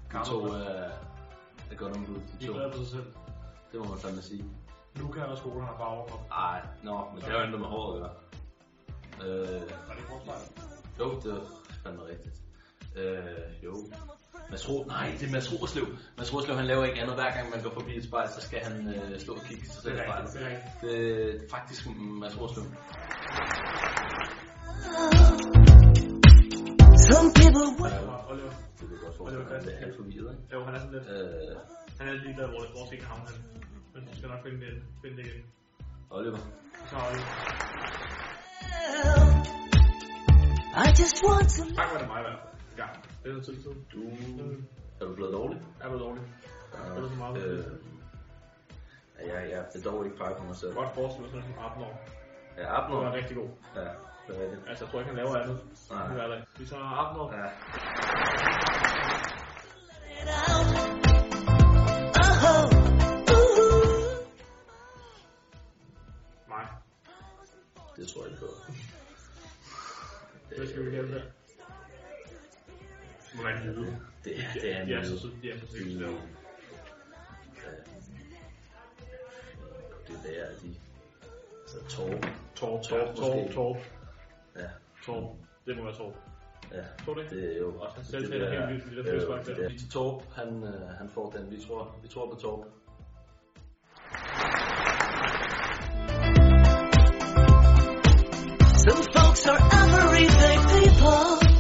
Det gør nogle bud. De er glade på sig selv. Det må man fandme sige. Luca og Skolen har farver på. Ej, men det er jo ikke med håret, eller? Var det kortspejlet? Jo, det var fandme rigtigt. Jo. Nej, det er Mads Rorslev. Mads Rorslev, han laver ikke andet. Hver gang man går forbi et spejl, så skal han stå og kigge sig selv i spejlet. Det er faktisk Mads Rorslev. Oliver. Det vil godt forstå, at han er alt for videt, ikke? Jo, han er sådan lidt... Han er lige der, hvor det ikke havner han. Men du skal nok finde det igen. Oliver. Så Oliver. Tak var det mig i hvert fald. Ja, det er noget tid siden. Er du blevet dårlig? Er du dårlig? Er du så meget Ja, det er dog ikke pege på mig selv. Godt forestille mig sådan som 18 år. Ja, 18 år. Det var rigtig god. Ja, det er rigtigt. Altså, jeg tror ikke, han laver andet. Nej. Vi så 18 år. Ja. Nej. Det tror jeg ikke på. Hvad skal vi gælde der? Må være en nyde. Det er en nyde. De er så sygt. Det er de. Så Torp. Ja. Torp. Det må være Torp. Ja. Tror du det? Det er jo også. Han selv taler helt vildt, det der fælsvagt der. Til Torp, han får den. Vi tror på Torp. Some folks are everyday people.